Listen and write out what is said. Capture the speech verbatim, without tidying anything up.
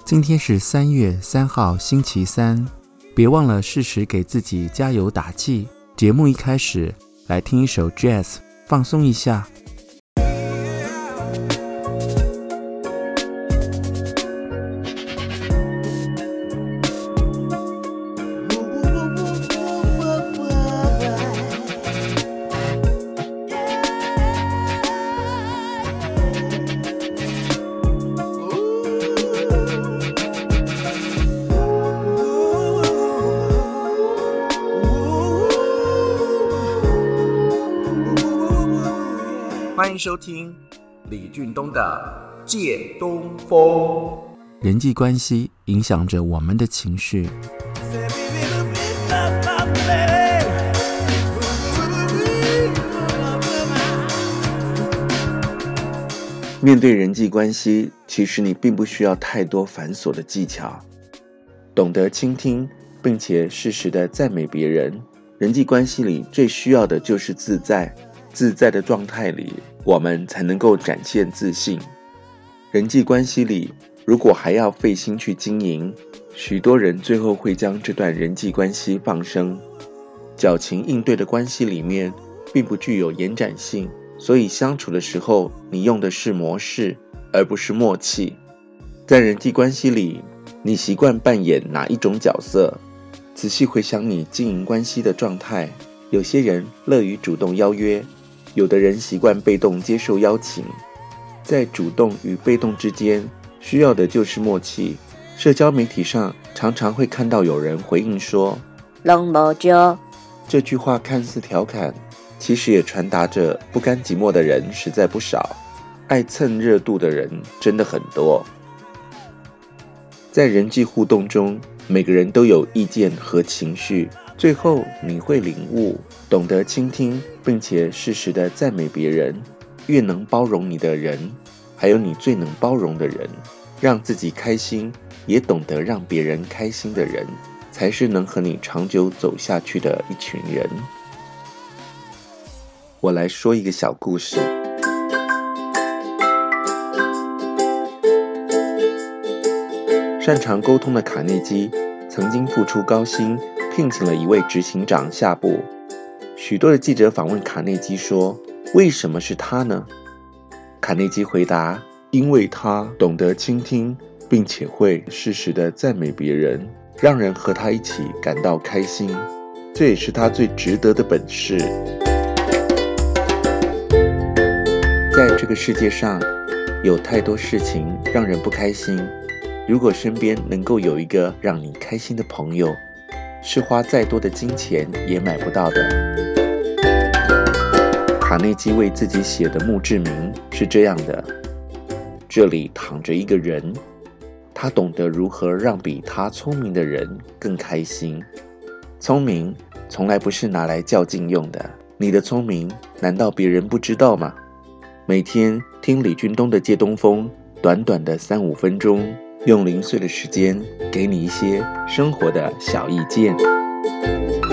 今天是三月三号星期三，别忘了适时给自己加油打气。节目一开始，来听一首 Jazz， 放松一下。 欢迎收听李俊东的《借东风》。 人际关系影响着我们的情绪。面对人际关系，其实你并不需要太多繁琐的技巧，懂得倾听，并且适时的赞美别人。人际关系里最需要的就是自在。自在的状态里，我们才能够展现自信。人际关系里，如果还要费心去经营，许多人最后会将这段人际关系放生。矫情应对的关系里面，并不具有延展性，所以相处的时候，你用的是模式，而不是默契。在人际关系里，你习惯扮演哪一种角色？仔细回想你经营关系的状态，有些人乐于主动邀约，有的人习惯被动接受邀请。在主动与被动之间，需要的就是默契。社交媒体上常常会看到有人回应说拢无招，这句话看似调侃，其实也传达着不甘寂寞的人实在不少，爱蹭热度的人真的很多。在人际互动中，每个人都有意见和情绪，最后你会领悟，懂得倾听，并且适时的赞美别人。越能包容你的人，还有你最能包容的人，让自己开心，也懂得让别人开心的人，才是能和你长久走下去的一群人。我来说一个小故事。擅长沟通的卡内基曾经付出高薪聘请了一位执行长下部。许多的记者访问卡内基说，为什么是他呢？卡内基回答，因为他懂得倾听，并且会适时的赞美别人，让人和他一起感到开心，这也是他最值得的本事。在这个世界上，有太多事情让人不开心，如果身边能够有一个让你开心的朋友，是花再多的金钱也买不到的。卡内基为自己写的墓志铭是这样的：这里躺着一个人，他懂得如何让比他聪明的人更开心。聪明从来不是拿来较劲用的，你的聪明难道别人不知道吗？每天听李俊东的借东风，短短的三五分钟，用零碎的时间给你一些生活的小意见。